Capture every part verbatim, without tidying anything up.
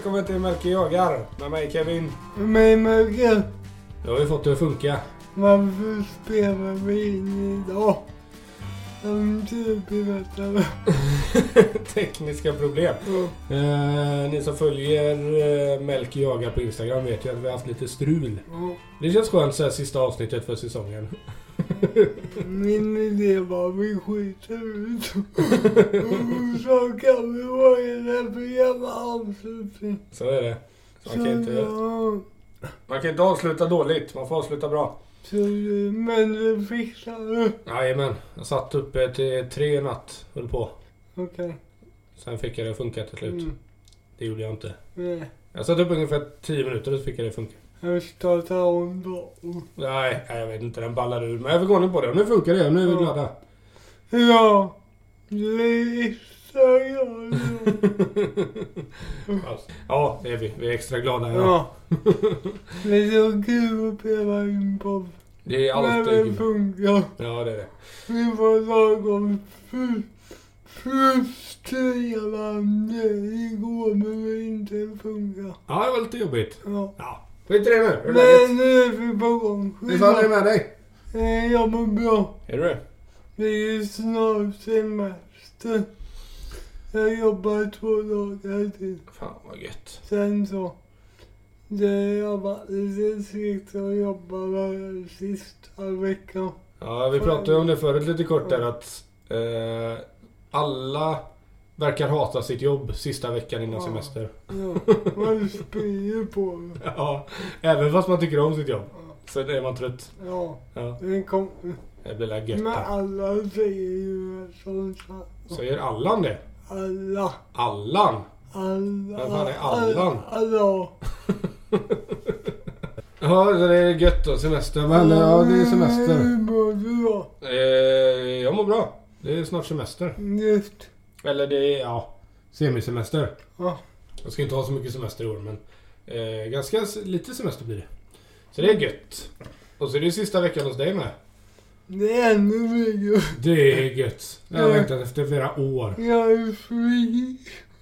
välkommen till Melker Jagar. Med mig Kevin. Med mig Melker. Nu har vi fått det att funka. Varför spelar vi in idag? Om du berättar. Tekniska problem. Ja. Eh, ni som följer eh, Melker Jagar på Instagram vet ju att vi har haft lite strul. Ja. Det känns skönt så här sista avsnittet för säsongen. Min idé var att vi skiter ut. Så kan vi vara en för jävla avslutning. Så är det. Så man, kan inte, ja. man kan inte avsluta dåligt. Man får avsluta bra. Så, men vi fixar det. Jajamän. Jag satt uppe till tre natt. Höll på. Okej. Okay. Sen fick jag det att funka till slut. Mm. Det gjorde jag inte. Nej. Jag satt upp ungefär tio minuter och så fick jag det att funka. Jag startar om då. Nej, jag vet inte. Den ballar ur. Men jag fick ordning på det. Och nu funkar det. Nu är vi ja. glada. Ja. Det är extra glada. Ja, det är vi. Vi är extra glada. Ja. Ja. Det är så kul att spela in på. Det är alltid när det kul. funkar. Ja, det är det. Vi var lagom frustrerande igår men det inte funkar. Ja, det var lite jobbigt. Ja. Ja. Skit i det nu. Hur är Men läget? nu är vi på gång. Hur fan är det med dig? Eh, Jag mår bra. Är du det? Det är snart semester. Jag jobbar två dagar till. Fan vad gött. Sen så. Det har varit lite segt att jobba den sista veckan. Ja, vi pratade ju om det förut lite kort där att eh, alla verkar hata sitt jobb sista veckan innan Ja. semester. Ja, man spyr på det. Ja, även fast man tycker om sitt jobb. Ja. Så är man trött. Ja, Ja, det kom. det blir la gött Men där. alla säger ju sånt här. Säger Allan det? Alla. Allan? Alla. Vem fan är Allan? Alla. Ja, det är gött då, semester. Men ja, det är semester. Hur mår du då? Eh, jag mår bra. Det är snart semester. Just. Eller det är, ja, semisemester. Ja. Jag ska inte ha så mycket semester i år, men eh, ganska s- lite semester blir det. Så det är gött. Och så är det sista veckan hos dig med. Det är ännu mer. Det är gött. Jag har väntat efter flera år. Jag är fri.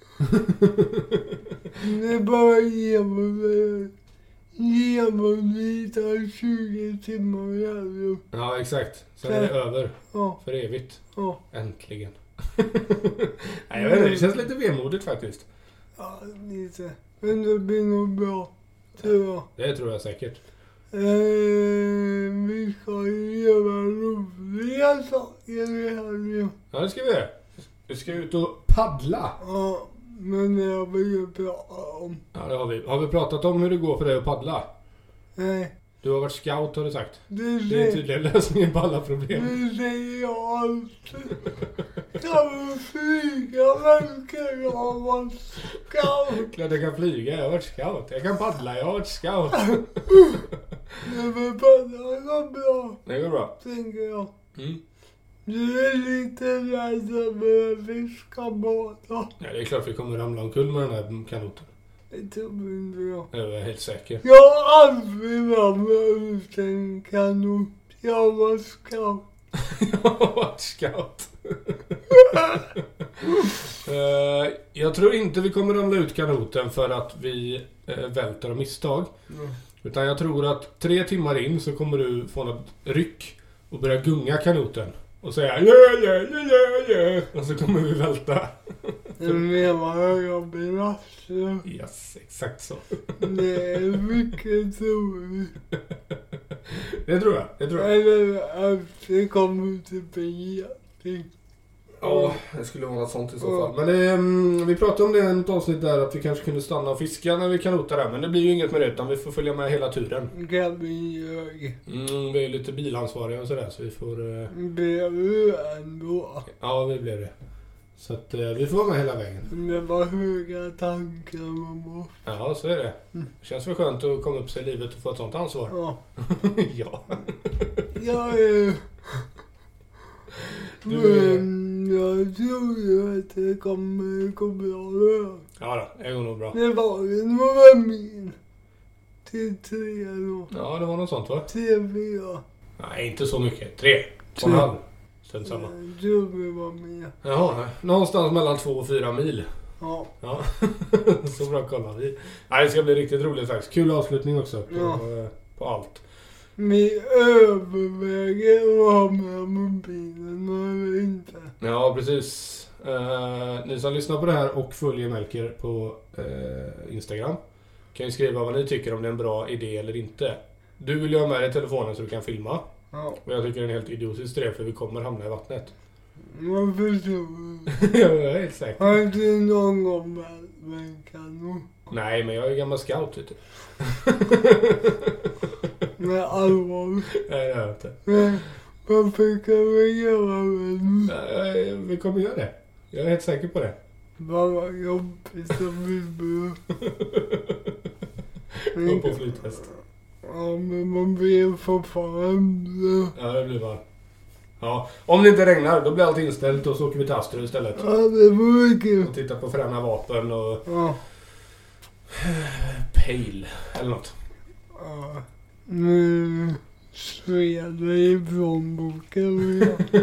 Det är bara genomföra. Genomlita tjugo timmar i alla. Ja, exakt. Sen är det över. Ja. För evigt. Ja. Äntligen. Nej, jag vet inte. Det känns lite vemodigt faktiskt. Ja, lite. Men det blir nog bra. Tror jag. Det tror jag säkert. Eh, vi ska ju göra roliga saker i helgen. Ja, det ska vi göra. Vi ska ut och paddla. Ja, men det har vi ju pratat om. Ja, det har vi. Har vi pratat om hur det går för dig att paddla? Nej, Du har varit scout, har du sagt. det Det är säger, tydligen lösningen på alla problem. det säger jag alltid. Kan du flyga verkar jag vara scout. Klart jag kan flyga, jag har varit scout. Jag kan paddla, jag har varit scout. Det var bara så bra, Det går bra. tänker jag. Mm. Du är lite rädd över att vi ska bada. Ja, det är klart vi kommer ramla omkull med den här kanoten. Det tror inte jag. Det är jag helt säker. Jag har aldrig ramlat ut en kanot. Jag var scout. Jag har varit scout. uh, jag tror inte vi kommer ramla ut kanoten för att vi uh, välter av misstag. Mm. Utan jag tror att tre timmar in så kommer du få något ryck och börja gunga kanoten. Och säga ja, ja, ja, ja, ja. Och så kommer vi välta. Du menar att jag blir rassel? Yes, exakt så. Det är mycket troligt. Det tror jag, det tror jag. Eller att det kommer till bli. Ja, det skulle vara något sånt i så fall. Men det, mm, vi pratade om det i ett avsnitt där att vi kanske kunde stanna och fiska när vi kanotar där. Men det blir ju inget med det utan vi får följa med hela turen. Kan vi göra? Mm, vi är lite bilansvariga och sådär så vi får... Eh, Blev du ändå? ja, vi blev det. Så att eh, vi får vara med hela vägen. Det var höga tankar man måste. Ja, så är det. Mm. Det känns väl skönt att komma upp sig i livet och få ett sånt ansvar. Ja. Ja. Jag är... Du är... Men jag tror ju att det kommer gå bra. Ja då, det går nog bra. Det var ju några min. Till tre då. Ja, det var något sånt va? Tre, fyra. Nej, inte så mycket. Tre. Två och en halv. Strunt samma. Jag tror vi var med. Jaha, någonstans mellan två och fyra mil. Ja. Ja, så bra kollar vi. Nej, det ska bli riktigt roligt faktiskt. Kul avslutning också på, ja. på allt. Vi överväger att ha med mobilen eller inte. Ja, precis. Uh, ni som lyssnar på det här och följer Melker på uh, Instagram kan ju skriva vad ni tycker om det är en bra idé eller inte. Du vill ju ha med dig telefonen så du kan filma. Ja. Och jag tycker det är en helt idiotisk idé för vi kommer hamna i vattnet. Varför tror du? Jag är helt säker. Har du någon gång med en kanon? Nej, men jag är gammal scout, vet du. Men allvar. Nej, det är jag inte. Men varför kan vi göra det? Nej, vi kommer göra det. Jag är helt säker på det. Bara jobbigt som vi bör. Gå på flytväst. Ja, men man blir fortfarande. Ja, det blir bara. Ja, om det inte regnar då blir allt inställt och så åker vi till Astro istället. Ja, det var mycket. Och tittar på fräna vapen och... Ja. Pale, eller något. Ja. Nu sved det i plånboken.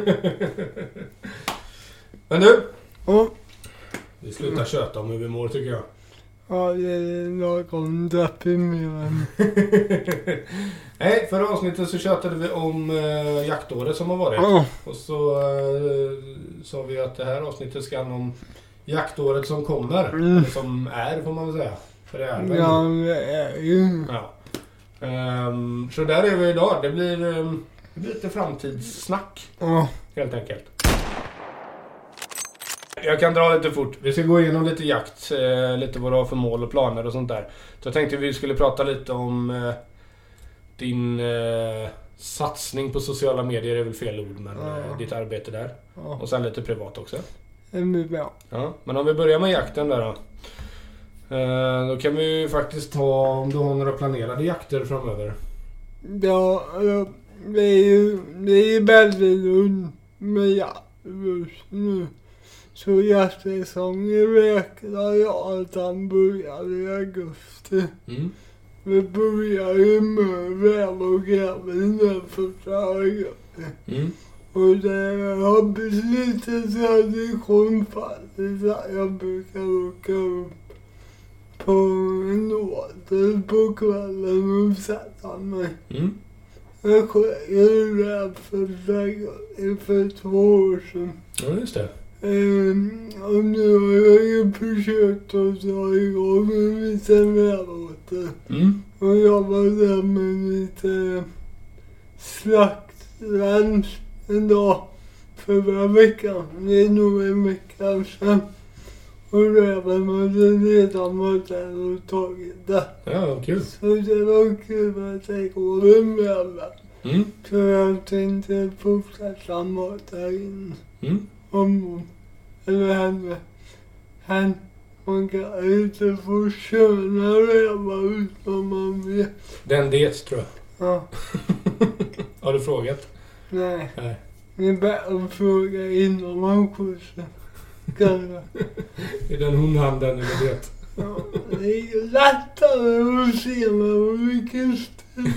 Men du! Ja. Vi slutar köta om hur vi mår, tycker jag. Ja, det är lagom deprimerande. Nej, förra avsnittet så tjötade vi om äh, jaktåret som har varit. Ja. Och så äh, sa vi att det här avsnittet ska handla om jaktåret som kommer. Mm. Eller som är, får man väl säga. För det är väl. Ja, det är ju. Ja. Um, så där är vi idag. Det blir, um, det blir lite framtidssnack. Ja. Helt enkelt. Jag kan dra lite fort. Vi ska gå igenom lite jakt. Eh, lite vad du har för mål och planer och sånt där. Så jag tänkte vi skulle prata lite om eh, din eh, satsning på sociala medier är väl fel ord. Men Ja. eh, ditt arbete där. Ja. Och sen lite privat också. Det blir bra. Ja, men om vi börjar med jakten där då. Eh, då kan vi ju faktiskt ta om du har några planerade jakter framöver. Ja, ja, det är ju, det är ju väldigt lugnt med jakt just nu. Så jaktsäsongen räknar jag att han börjar i augusti. Mm. Vi börjar ju med väv och grävning den första augusti. Mm. Och det har blivit en tradition faktiskt att jag brukar åka upp på en åter på kvällen och sätta mig. Mm. Jag sköt ju räv för, för två år sedan. Ja, just det. Um, och nu har jag ju försökt att dra igång en liten vävåter. Mm. Och jag var där med lite slaktrens en dag förra veckan. Det är nog en vecka sedan. Och räven hade redan varit där och tagit det. Ja, kul. Så det var kul att det går en väven. Mm. Så jag tänkte fortsätta mata in. Mm. Om hon, eller henne, han, man kan inte få köna rävar utan man vet. Den det tror jag. Ja, Har du frågat? nej. Nej. Det är bara att fråga innan man skjutsar. Kanske. Är den hundhanden eller det? Ja, det är ju lättare att se med vilken stil.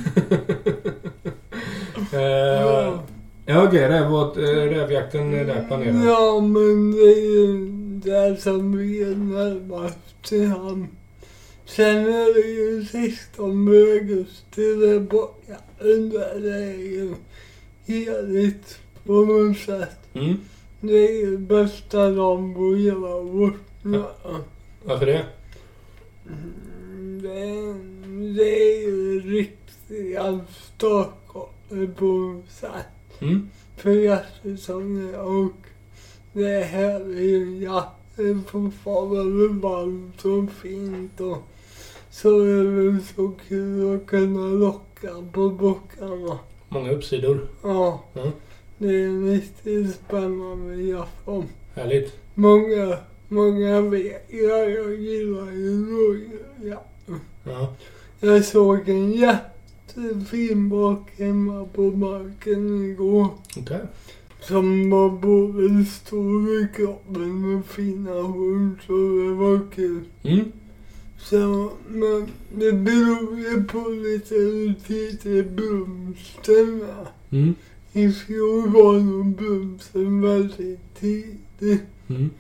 uh, Ja. Ja, okej. Okay, räv, rävjakten är där planerad. Ja, men det är ju det som är närmast till han. Sen är det ju sexton augusti där borta. Undrar det är ju heligt på något sätt. Mm. Det är ju bästa dagen på hela vårt. Ja. Varför det? Mm, det, är, det är ju riktiga startkartor på något sätt. Mm. För jaktsäsongen och det här är ju jakten fortfarande varmt och fint och så är det så kul att kunna locka på bockarna. Många uppsidor. Ja, Mm. det är riktigt spännande jakt. Härligt. Många, många vet jag, jag gillar ju rådjur. Ja. Jag såg en jättefin bak hemma på marken igår. Okej. Okay. Som var både stor i kroppen och fina horn, så det var kul. Mm. Så, men det beror ju på lite hur tidigt bromsten var. Mm. I fjol var nog bromsten väldigt tidig. Mm.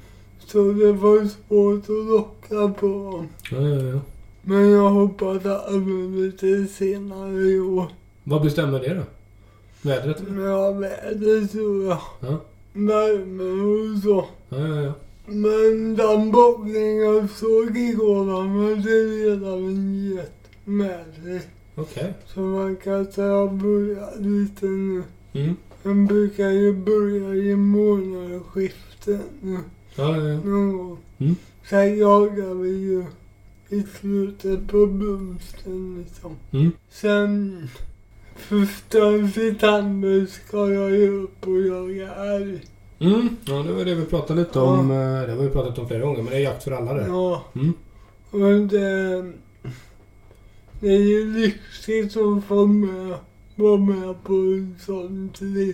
Så det var svårt att locka på dem. Ja, ja, ja. Men jag hoppas att det blir lite senare i år. Vad bestämmer det då? Vädret? Ja, vädret tror jag. Ja. Värme och så. Ja, ja, ja. Men den bockningen jag såg igår var man redan gett med sig. Okej. Okay. Så man kan ta och börja lite nu. Mm. Man brukar ju börja i månadsskiftet nu. Ja, ja, ja. Någon gång. Mm. Sen jagar vi ju i slutet på blomsten liksom. Mm. Sen första september ska jag ju upp och jaga älg. Mm. Ja, det var det vi pratade lite om. Ja. Det har vi pratat om flera gånger, men det är jakt för alla det. Ja. Mm. Och det, det är ju lyxigt att få med, vara med på en sån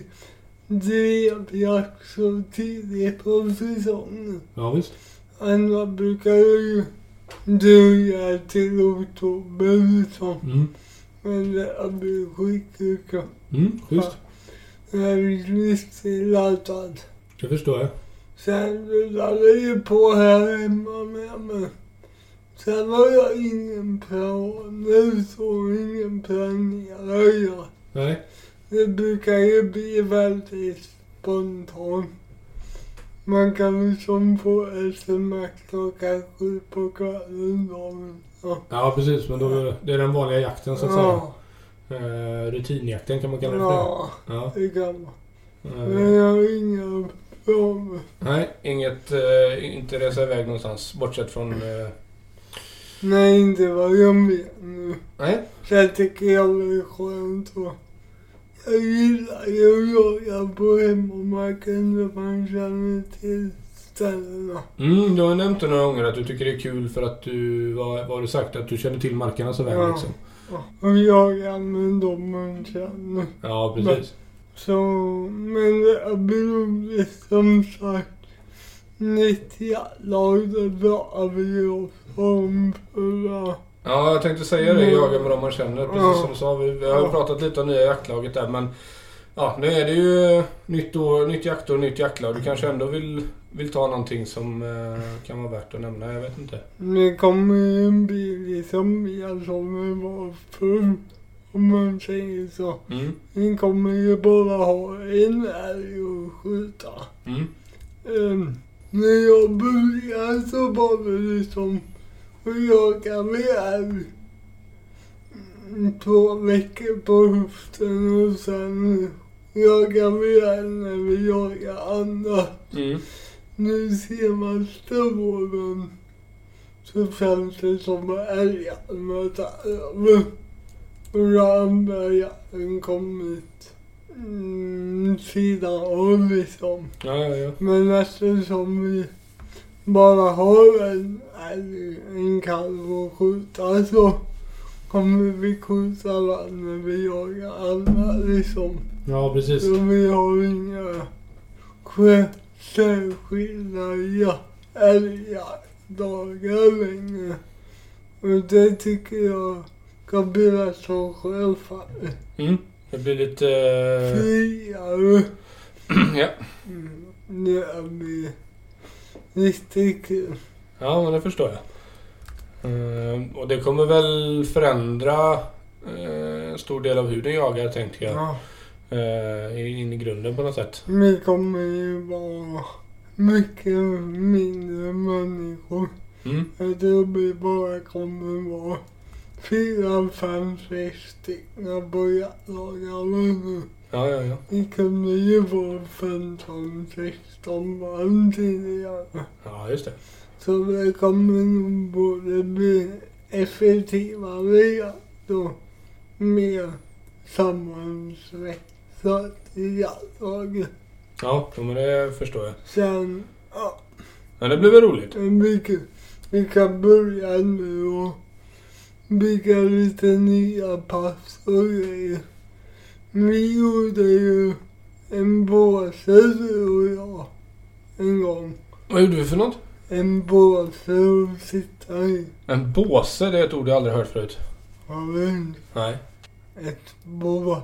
drevjakt så tidigt på säsongen. Ja, visst. Andra brukar ju dröja till oktober liksom. Mm. Men det har blivit skitkul. Mm, schysst. Jag är riktigt laddad. Det förstår jag. Sen rullade det ju på här hemma med mig. Sen har jag ingen plan, så ingen planerar jag. Nej. Det brukar ju bli väldigt spontant. Man kan liksom få sms klockan sju på kvällen då. Ja. Ja, precis. Men då, det är den vanliga jakten så att Ja. säga. Uh, rutinjakten kan man kalla det för. Ja, Ja. det kan man. Uh, Men jag har inga planer. nej, inget, uh, inte resa iväg någonstans. Bortsett från... Uh... Nej, inte vad jag vet nu. Nej. Sen tycker jag det är skönt och jag gillar ju att jaga på hemmamarken där man känner till ställena. Mm, du har nämnt det några gånger att du tycker det är kul för att du, vad, vad har du sagt, att du känner till markerna så väl Ja. liksom. Ja. Och jagar med dem man känner. Ja, precis. Så, men det blir roligt som sagt. Nytt jaktlag, det pratar vi också om förra. Ja, jag tänkte säga det, jaga med dem man känner, precis Ja. som du sa. Vi, vi har ju Ja. pratat lite om nya jaktlaget där, men ja, nu är det ju nytt, år, nytt jaktår, nytt jaktlag. Du kanske ändå vill, vill ta någonting som eh, kan vara värt att nämna, jag vet inte. Det kommer ju en bil liksom mer som var full, om man säger så. Mm. Den kommer ju bara ha en älg att skjuta. Mm. Um, när jag började så var det liksom att jaga med älg två veckor på hösten och sen jaga med älg när vi jagar annat. Mm. Nu senaste våren så känns det som att älgarna tar över. Och den andra jakten kommit mm, sidan av liksom. Ja, ja, ja. Men eftersom vi bara har en älg, en kalv att skjuta så kommer vi skjuta varandra när vi jagar alla liksom. Ja, precis. Så vi har inga särskilda älgjaktdagar längre. Och det tycker jag kan bli rätt så skönt faktiskt. Mm. Det blir lite... Uh... Friare. ja. Mm, det blir riktigt kul. Ja, men det förstår jag. Uh, och det kommer väl förändra uh, en stor del av hur du jagar, tänker jag. Ja. Uh, in i grunden på något sätt. Vi kommer ju vara mycket mindre människor. Mm. Jag tror vi bara kommer vara fyra, fem, sex stycken på jaktlagarna nu. Ja, ja, ja. Vi kunde ju vara femton, sexton man tidigare. Ja, just det. Så det kommer nog både bli effektivare jakt och mer sammansvetsat i jaktlaget. Ja, men det förstår jag. Sen, ja, Men det blir väl roligt. vi kan, vi kan börja nu och bygga lite nya pass och grejer. Vi gjorde ju en båse, du och jag, en gång. Vad gjorde vi för något? En båse att sitta i. En båse, det är ett ord jag aldrig hört förut. Har vi inte Nej. ett bås?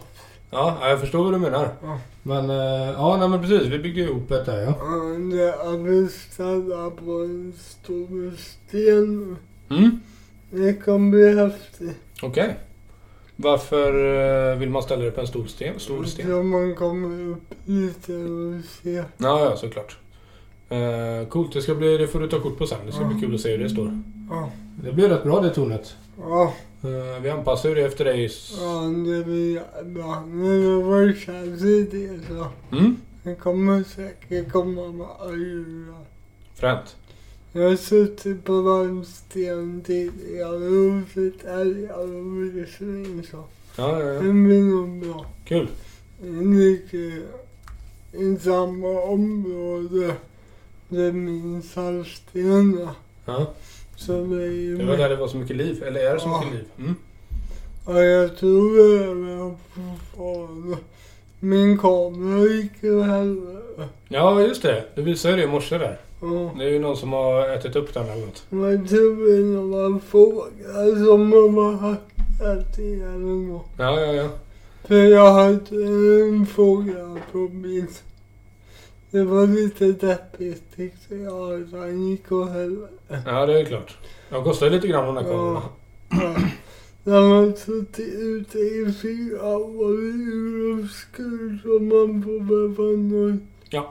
Ja, jag förstår vad du menar. Ja. Men, eh, ja, nej, men precis. Vi bygger ihop ett där, ja. Ja, det är vi ställa på en stor sten. Mm, Det kan bli häftigt. okej. Varför eh, vill man ställa det på en stor sten? Stor sten? Så man kommer upp lite och ser. Ja, ja, såklart. Eh, coolt, det ska bli, det får du ta kort på sen. Det ska Ja. bli kul att se hur det står. Ja. Det blir rätt bra det tornet. Ja. Eh, vi anpassar ju det efter dig. Ja, det blir bra. Men det var känsligt det så. Mm, Det kommer säkert komma med öra. fränt. Jag har suttit på varmsten tidigare och sett älgar och vildsvin så. Ja, ja, ja. Det blir nog bra. Kul. Det ligger i samma område där min saltstena. Ja. Så det är ju... Det var där det var så mycket liv. Eller är det så Ja. mycket liv? Mm. Ja, jag tror det är fortfarande. Min kamera gick ju helvete. Ja, just det. Du visade ju det i morse där. Ja. Det är ju någon som har ätit upp den eller något. Men tyvärr när man frågar som man har ätit eller något. Ja, ja, ja. För jag hade en fråga på min. Det var lite deppigt tyckte jag. Att han gick och helvete. Ja, det är klart. De kostar ju lite grann de där kamerorna. Ja. När man suttit ute i fyra år ur skull så man får behöva något. Ja.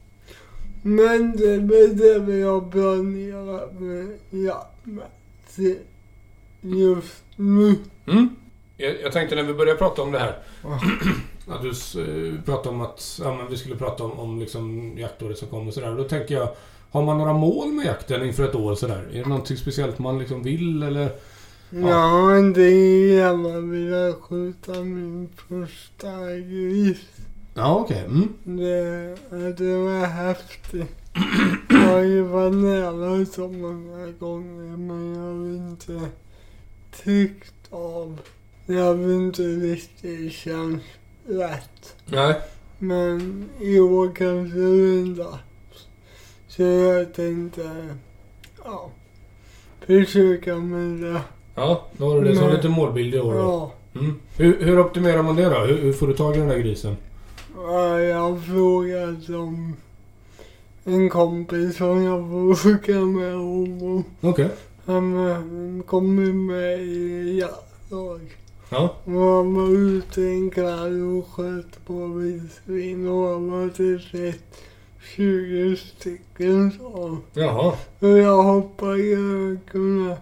Men det är det vi har planerat med jaktmässigt just nu. Mm. Jag, jag tänkte när vi började prata om det här. Ja. Att du uh, pratade om att ja, men vi skulle prata om, om liksom jaktåret som kommer och sådär. Då tänker jag, har man några mål med jakten inför ett år sådär? Är det någonting speciellt man liksom vill eller? Ja, ja men det är gärna vilja skjuta min första gris. Ja, okej. Okay. Mm. Det, det var häftigt. Jag har ju varit nära så många gånger men jag har inte tyckt av. Jag har inte riktigt känns rätt. Nej. Men i år kanske det är dags. Så jag tänkte, ja, försöka med det. Ja, då har du det som Men- lite målbild i år då. Ja, Mm. Hur, hur optimerar man det då? Hur, hur får du tag i den där grisen? ja, jag frågade om en kompis som jag får åka med honom. Okej. Han kommer med i jaktlag. Ja. Och han var ute en kväll och sköt på vildsvin och han hade sett tjugo stycken så. Jaha. Och jag hoppas jag kunna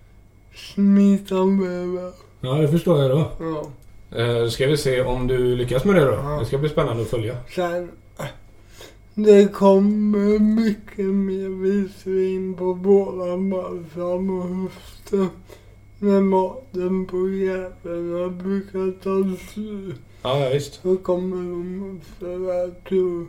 smita med mig. Ja, det förstår jag då. Ja. Eh, ska vi se om du lyckas med det då. Ja. Det ska bli spännande att följa. Sen, det kommer mycket mer vildsvin på båda fram och höften. När maten på jävlarna brukar ta slut. Ja, ja visst. Så kommer de för att du,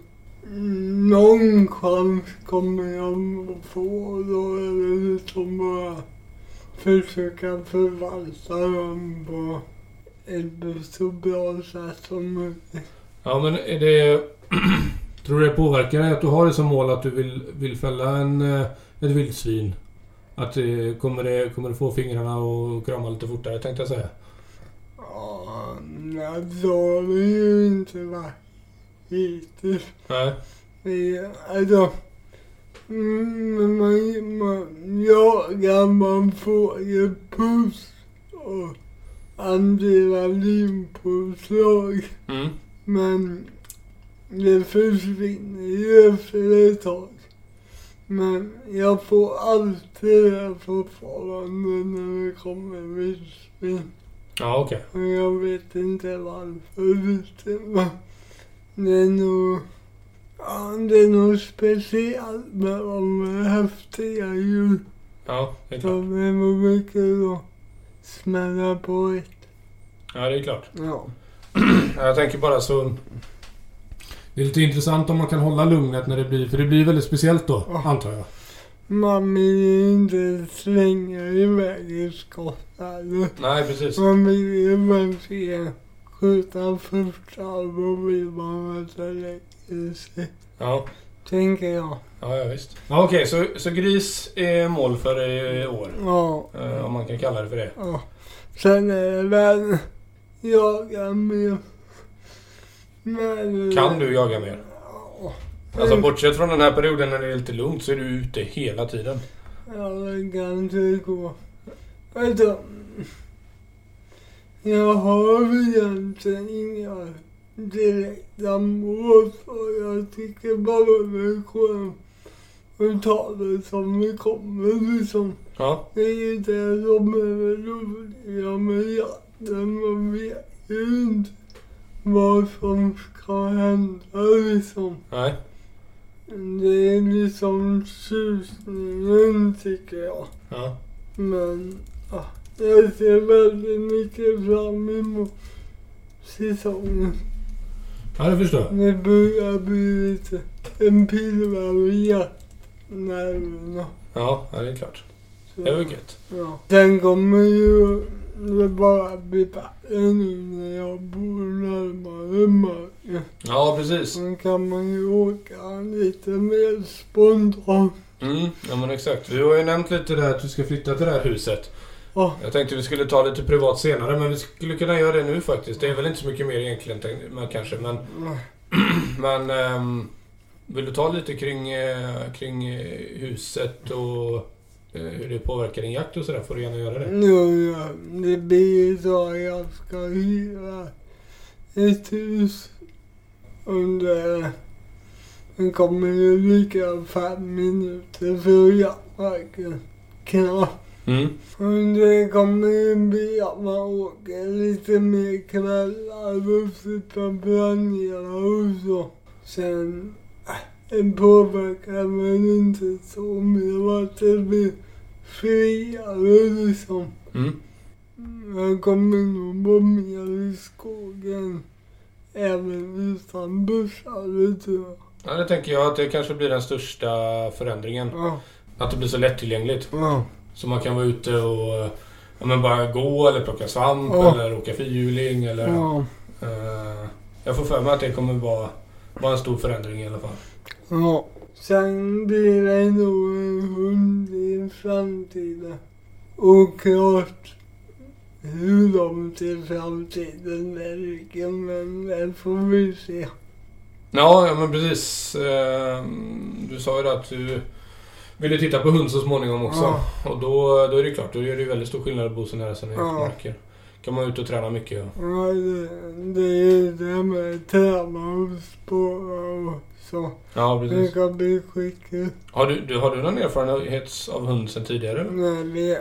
någon chans kommer jag att få. Då är det liksom bara försöka förvalta dem på ett så bra sätt som möjligt. Ja, men är det... tror du det påverkar dig att du har det som mål att du vill, vill fälla en, eh, ett vildsvin? Att eh, kommer, det, kommer du få fingrarna och krama lite fortare, tänkte jag säga. Ja, nej, så har det ju inte varit hittills. Nej. Vi, alltså, mm, man, man jagar, man får ju puss och adrenalinpåslag. Mm. Men det försvinner ju efter ett tag. Men jag får alltid det fortfarande när det kommer vildsvin. Ja, okej. Och jag vet inte varför riktigt, men det är nog, ja, det är nog speciellt med de häftiga djur. Ja, det är Så klart. det var mycket att smälla på ett. Ja, det är klart. Ja. Jag tänker bara så... Det är lite intressant om man kan hålla lugnet när det blir... För det blir väldigt speciellt då, Ja. antar jag. Man vill ju inte slänga iväg i skott eller. Nej, precis. Man vill ju verkligen skjuta första och då vill man att det lägger sig. Ja, Tänker jag. ja, ja visst. Ja, okej, så, så gris är mål för i år. Ja. Eh, om man kan kalla det för det. Ja. Sen är det väl jaga med Men, Kan du jaga mer? Ja. Alltså bortsett från den här perioden när det är lite lugnt så är du ute hela tiden. Ja, det kanske går. Alltså, jag har egentligen inga direkta mål för jag tycker bara det är skönt att ta det som det kommer liksom. Ja. Det är ju det som är roliga med jakten. Man vet ju inte vad som ska hända liksom. Nej. Det är liksom tjusningen tycker jag. Ja. Men ja, jag ser väldigt mycket fram emot säsongen. Ja, det förstår jag. Det börjar bli lite en pirrare jaktnerverna. Ja, ja, det är klart. Det var gött. Ja. Sen kommer ju det bara bli bättre nu när jag bor närmare marken. Ja, precis. Då kan man ju åka lite mer spontant. Mm, ja men exakt. Du har ju nämnt lite där att du ska flytta till det här huset. Ja. Jag tänkte vi skulle ta lite privat senare, men vi skulle kunna göra det nu faktiskt. Det är väl inte så mycket mer egentligen men kanske, men men ähm, vill du ta lite kring äh, kring huset och äh, hur det påverkar din jakt och sådär, får du gärna göra det. Jo, ja, det blir ju så att jag ska hyra ett hus under. Det kommer ju lika fem minuter för jaktmarken knappt. Mm. Och det kommer ju bli att man åker lite mer kvällar och slipper planera och så. Sen äh, påverkar väl inte så mycket att det blir friare liksom. Mm. Jag kommer nog vara mer i skogen även utan bussar, tror jag. Ja, det tänker jag att det kanske blir den största förändringen. Ja. Att det blir så lättillgängligt. Ja. Så man kan vara ute och ja, men bara gå eller plocka svamp Ja. eller åka fyrhjuling eller Ja. Uh, jag får för mig att det kommer vara, vara en stor förändring i alla fall. Ja. Sen blir det nog en hund i framtiden. Och klart hur långt i framtiden det ligger, men det får vi se. Ja, ja men precis. Uh, du sa ju att du ville titta på hund så småningom också. Ja. Och då, då är det klart, då är det väldigt stor skillnad att bo så nära sina Ja. marker. Kan man ut och träna mycket. Ja, Ja, det, det är ju det med träna och spåra och så. ja Det precis. kan bli skickligt. Har du, du, har du någon erfarenhet av hund sedan tidigare? Eller? När vi,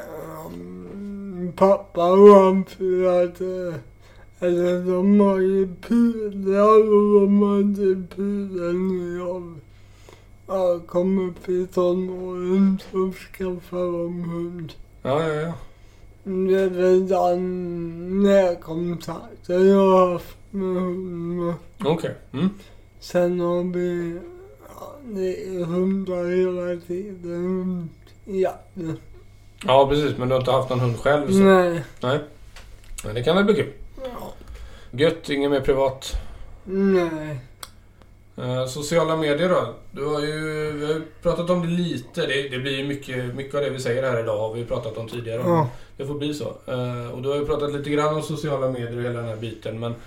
um, pappa och han för att uh, eller de har ju pudlar och de hade pudlar när jag ja, kom upp i tonåren så skaffade de hund. Ja, ja, ja. Det är väl den närkontakten jag har haft med hund. Okej. Okay. Mm. Sen har vi ja, det är hundar hela tiden i jakten. Ja, precis. Men du har inte haft någon hund själv? Så. Nej. Nej. Men det kan väl bli kul. Ja. Gött, inget mer privat. Nej. Uh, sociala medier då? Du har ju, vi har ju pratat om det lite. Det, det blir ju mycket, mycket av det vi säger här idag har vi pratat om tidigare. Ja. Det får bli så. Uh, och du har ju pratat lite grann om sociala medier och hela den här biten. Men uh,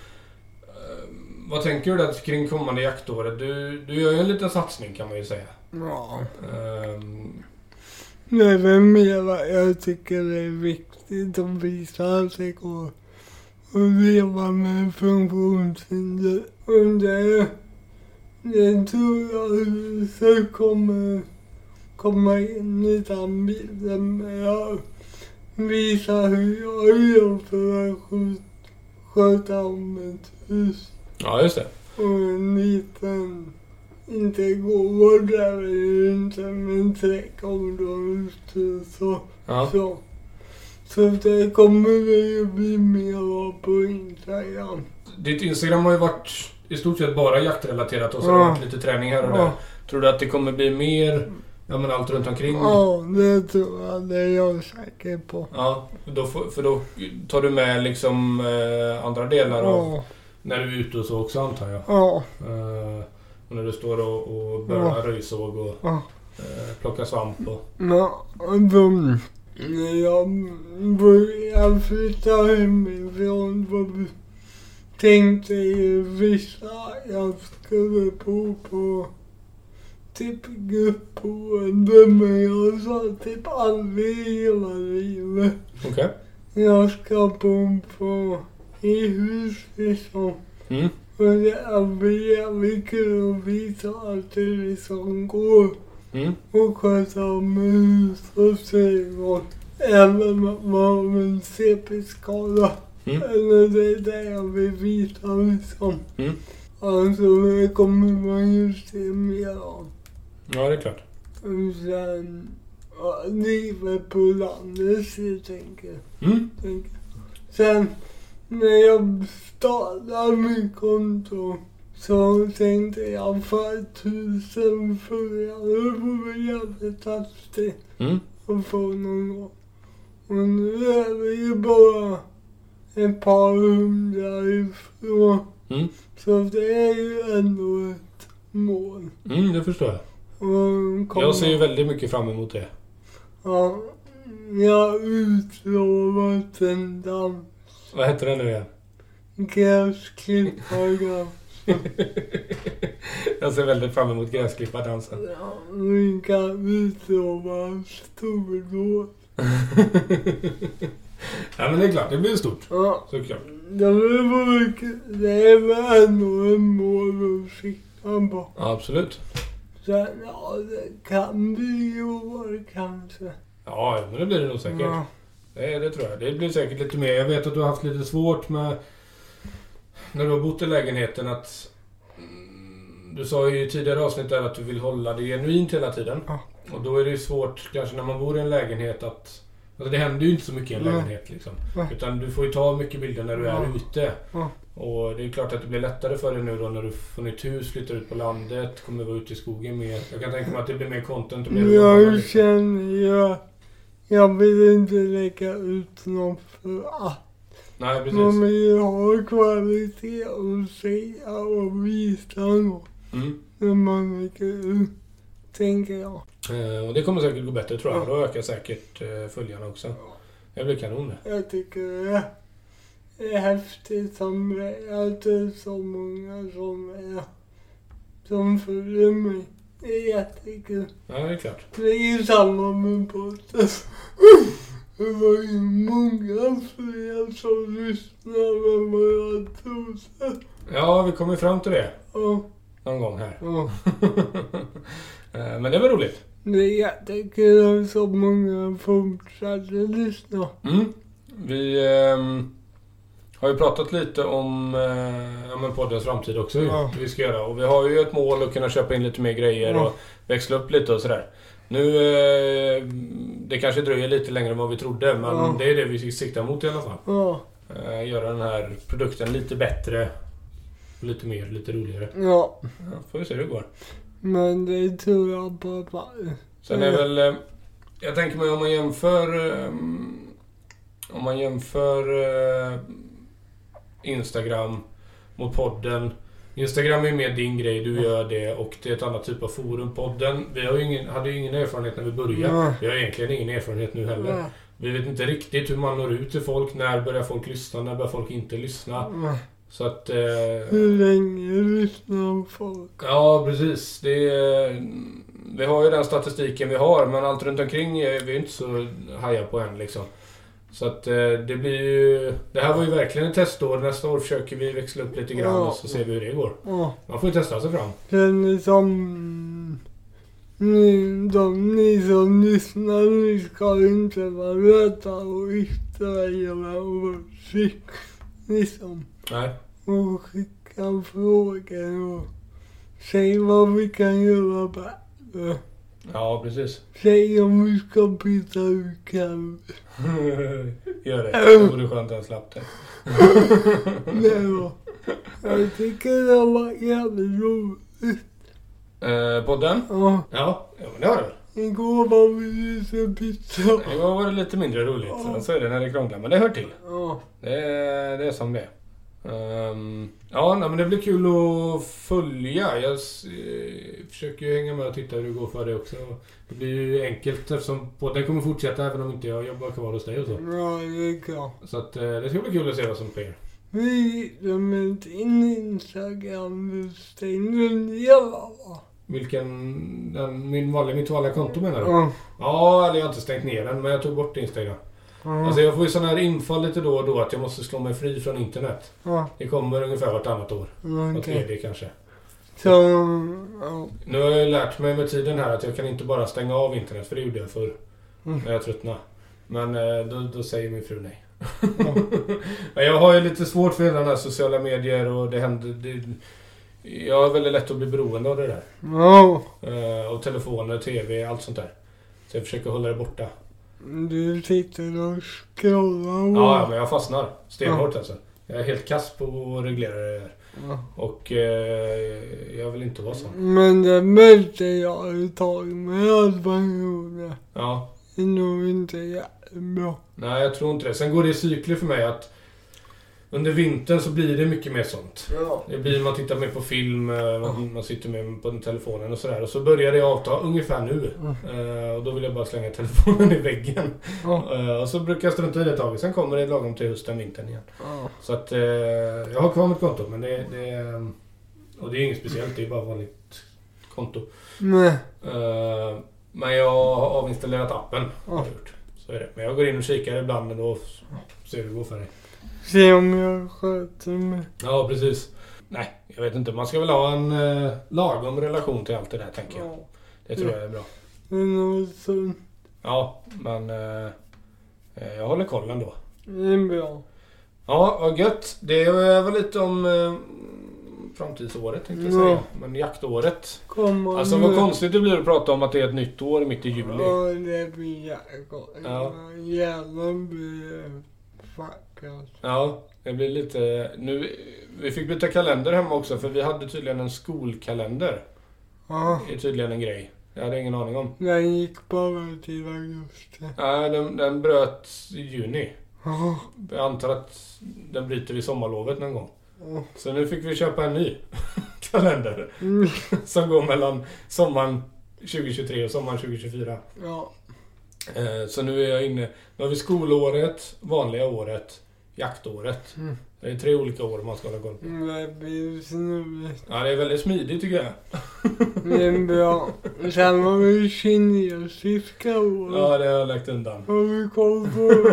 vad tänker du där kring kommande jaktåret? Du, du gör ju en liten satsning kan man ju säga. Ja. Uh, Det är väl mer vad jag tycker det är viktigt att visa att det går att leva med funktionshinder. Och det, det tror jag så kommer komma in i den bilden med att visa hur jag gör för att skjuta, sköta om ett hus. ja, just det. Och en liten, inte gård där är inte, men trädgårdshus och Ja. så. Så det kommer det ju bli mer av på Instagram. Ditt Instagram har ju varit i stort sett bara jaktrelaterat och så har Ja. det varit lite träning här och Ja. där. Tror du att det kommer bli mer, ja men allt runt omkring? Ja, det tror jag, det är jag säker på. Ja, då får, för då tar du med liksom eh, andra delar av Ja, när du är ute och så också antar jag. ja, Eh, och när du står och, och börjar Ja. röjsåg och ja. eh, plockar svamp och... Ja, de, när jag började flytta hemifrån för tänkte ju vissa jag skulle bo på typ gruppboende, men jag sa typ aldrig i hela livet. Okej. Okay. Jag ska bo på i hus liksom. Mm. Och det är jävligt kul att visa att det liksom går. Mm. Och sköta om hus och trädgård. Även om man har en C P-skala. Mm. Eller det är det jag vill visa liksom. Mm. Alltså det kommer man ju se mer av. Ja, det är klart. Och sen ja, livet på landet helt enkelt. Mm. Sen när jag startade mitt konto så tänkte jag för tusen följare på jävligt hastigt Mm. att få någon gång. Och nu är vi ju bara ett par hundra ifrån. Mm. Så det är ju ändå ett mål. Mm, det förstår jag. Och Jag ser ju väldigt mycket fram emot det. Ja, jag utlovat en dans. Vad heter det nu igen? Gräsklippardansen. Jag ser väldigt fram emot gräsklippardansen. Ja, vi kan utlova stordåd. Ja, men det är klart, det blir stort. Ja, Såklart. det är mycket. Det är väl ändå en mål att sikta på. Ja, absolut. Sen, ja, det kan bli i år kanske. Ja, men det blir det nog säkert. Ja. Det, det tror jag. Det blir säkert lite mer. Jag vet att du har haft lite svårt med när du har bott i lägenheten att mm, du sa ju i tidigare avsnitt där att du vill hålla det genuint hela tiden. Ja. Och då är det ju svårt kanske när man bor i en lägenhet att alltså det händer ju inte så mycket i en Nej. lägenhet liksom. Nej. Utan du får ju ta mycket bilder när du är Ja. ute. Ja. Och det är klart att det blir lättare för dig nu då när du får nytt hus, flyttar ut på landet, kommer vara ute i skogen mer. Jag kan tänka mig att det blir mer content och mer Jag liksom. känner jag, jag vill inte lägga ut något för att Nej, precis. man vill ha kvalitet och säga och visa något Mm. när man lägger ut, tänker jag. Eh, och det kommer säkert gå bättre tror jag. Då ökar säkert eh, följarna också. Det blir kanon det. Jag tycker det är, det är häftigt som det är att det är så många som är som följer mig. Det är jättekul. Ja, det är klart. Det är ju samma med podden. Det var ju många fler som lyssnade än vad jag trodde. Ja, vi kommer fram till det Ja, någon gång här. ja. Eh, Men det var roligt. Det är jättekul att så många fortsatte lyssna. Mm. Vi ehm, har ju pratat lite om eh, ja, men poddens framtid också. Ju, Ja. vi ska göra. Och vi har ju ett mål att kunna köpa in lite mer grejer Ja. och växla upp lite och sådär. Nu, eh, det kanske dröjer lite längre än vad vi trodde. Men Ja. det är det vi siktar mot i alla fall. Ja, Eh, göra den här produkten lite bättre. Lite mer, lite roligare. ja. Ja, får vi se hur det går. Men det tror jag på varje. Sen är väl, eh, jag tänker mig om man jämför, eh, om man jämför eh, Instagram mot podden. Instagram är mer din grej, du gör det och det är ett annat typ av forum. Podden, vi har ju ingen, hade ju ingen erfarenhet när vi började. Nej. Vi har egentligen ingen erfarenhet nu heller. Ja. Vi vet inte riktigt hur man når ut till folk, när börjar folk lyssna, när börjar folk inte lyssna. Ja. Så att... Eh, Hur länge lyssnar folk? Ja, precis. Det är, vi har ju den statistiken vi har, men allt runt omkring är vi inte så haja på än liksom. Så att eh, det blir ju... Det här var ju verkligen ett testår. Nästa år försöker vi växla upp lite grann Ja. och så ser vi hur det går. Ja. Man får ju testa sig fram. Sen som ni, de, ni som lyssnar, ni ska inte vara rädda och yttra era åsikter. Liksom. Nej. Och skicka frågor och säg vad vi kan göra bättre. Ja, precis. Säg om vi ska byta ut kanske. Gör det. Det vore skönt att jag slapp det. Nej då. Jag tycker det var jävligt roligt. Eh, podden? Ja, Ja, ja men det har det. igår var vi lite pizza. Igår var det lite mindre roligt. Så, så är det när det krånglar. Men det hör till. Ja, Det är, det är som det är. Um, ja, nej, men det blir kul att följa. Jag s- eh, försöker ju hänga med och titta hur det går för det också. Det blir ju enkelt eftersom podden kommer fortsätta även om inte jag jobbar kvar hos dig och så. ja det är klart. Så att, eh, det ska bli kul att se vad som sker. Förutom din Instagram, du stängde ner va? Vilken, den, min vanliga, mitt vanliga konto menar du? Ja. Ja, eller jag har inte stängt ner den, men jag tog bort Instagram. Ja. Alltså jag får ju sådana här infall lite då och då att jag måste slå mig fri från internet. Ja. Det kommer ungefär vartannat år. Okej. Och tredje kanske. Så, ja. Nu har jag lärt mig med tiden här att jag kan inte bara stänga av internet, för det gjorde jag förr. Mm. När jag tröttnade. Men eh, då, då säger min fru nej. Ja. Men jag har ju lite svårt för den här sociala medier och det händer... Det, jag har väldigt lätt att bli beroende av det där. Ja. Eh, och telefoner, tv, allt sånt där. Så jag försöker hålla det borta. Du sitter och scrollar. Ja, ja, men jag fastnar. Stenhårt alltså. Jag är helt kass på att reglera det där. Ja. Och eh, jag vill inte vara sån. Men det märkte jag ett tag med albaner. Ja. Det är nog inte jättebra. Nej, jag tror inte det. Sen går det i cykler för mig att under vintern så blir det mycket mer sånt. Ja. Det blir, man tittar mer på film, man, man sitter med på telefonen och sådär. Och så börjar det avta ungefär nu. Mm. Uh, och då vill jag bara slänga telefonen i väggen. Ja. Uh, och så brukar jag strunta i det ett tag. Sen kommer det lagom till hösten, vintern igen. Ja. Så att uh, jag har kvar mitt konto, men det, det och det är inget speciellt, det är bara vanligt konto. Nej. Uh, men jag har avinstallerat appen. Ja. Har jag gjort. Så är det. Men jag går in och kikar ibland och då ser hur det går för dig. Se om jag sköter mig. Ja, precis. Nej, jag vet inte. Man ska väl ha en eh, lagom relation till allt det där, tänker jag. Ja. Det tror Ja. jag är bra. Det är nog sunt. Ja, men eh, jag håller koll ändå. Det är bra. Ja, vad gött. Det var lite om eh, framtidsåret, tänkte jag Ja. säga. Men jaktåret. Komma Alltså vad konstigt det blir att prata om att det är ett nytt år mitt i juli. Ja, det blir jättegott. Ja. Hjärnan blir fuckad. Ja, det blir lite... Nu, vi fick byta kalender hemma också, för vi hade tydligen en skolkalender. Ja, Det är tydligen en grej. Jag hade ingen aning om. den gick bara till augusti. Nej, den, den bröt i juni. Ja. Jag antar att den bryter vid sommarlovet någon gång. Ja. Så nu fick vi köpa en ny kalender. Mm. Som går mellan sommaren tjugohundratjugotre och sommaren tjugohundratjugofyra. Ja. Eh, Så nu är jag inne. Nu har vi skolåret, vanliga året, jaktåret. Mm. Det är tre olika år man ska hålla koll på. Det blir snurrigt. Ja, det är väldigt smidigt tycker jag. Det är bra. Sen har vi kinesiska år. Ja, det har jag lagt undan. Har vi koll på?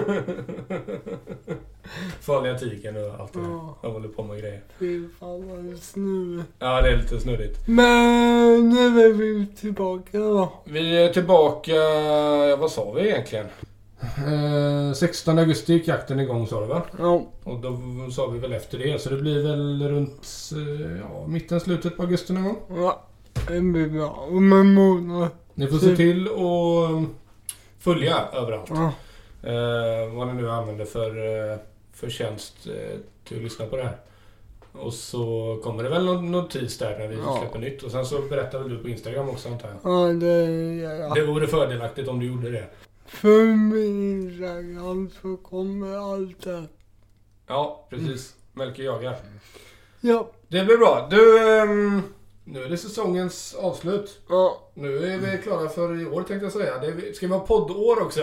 Farliga tiken och allt det där. Ja. Jag håller på med grejer. Fy fan vad snurrigt. Ja, det är lite snurrigt. Men nu är vi tillbaka då. Vi är tillbaka, ja, vad sa vi egentligen? Eh, sexton augusti gick jakten igång, sa du va? Ja. Och då sa vi väl efter det, så det blir väl runt eh, ja, mitten, slutet på augusti någon gång. Ja. Det blir bra. Om en månad. Ni får se till att följa överallt. Ja. Eh, vad ni nu använder för, eh, för tjänst eh, till att lyssna på det här. Och så kommer det väl någon notis där när vi Ja. släpper nytt. Och sen så berättar väl du på Instagram också, antar jag. Ja, det gör jag. Det vore fördelaktigt om du gjorde det. För min Instagram så kommer allt det. Ja, precis. Melker jagar. Ja. Det blir bra. Du, ehm, nu är det säsongens avslut. Ja. Nu är vi klara för i år, tänkte jag säga. Det ska vi ha poddår också?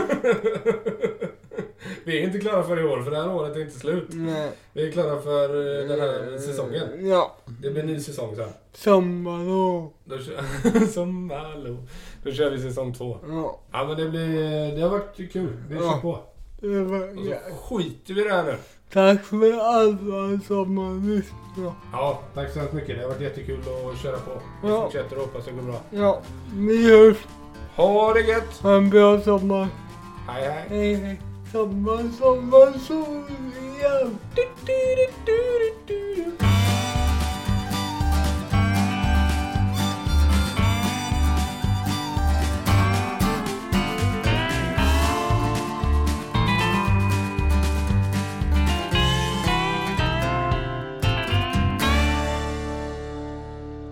Vi är inte klara för i år, för det här året är inte slut. Nej. Vi är klara för eh, den här säsongen. Ja. Det blir en ny säsong sen. Sommarlov. Då kör, som hallå. Då kör vi säsong två. Ja. Ja, men det blir, det har varit kul. Vi kör Ja. på. Det var Och så jävligt. skiter vi i det här nu. Tack för alla som har lyssnat. Ja, tack så hemskt mycket. Det har varit jättekul att köra på. Vi Ja. fortsätter och hoppas det går bra. Ja. Vi hörs. Ha det gött! Ha en bra sommar. Hej hej! Hej hej. Sommar, sommar, sol igen. Du, du, du, du, du, du.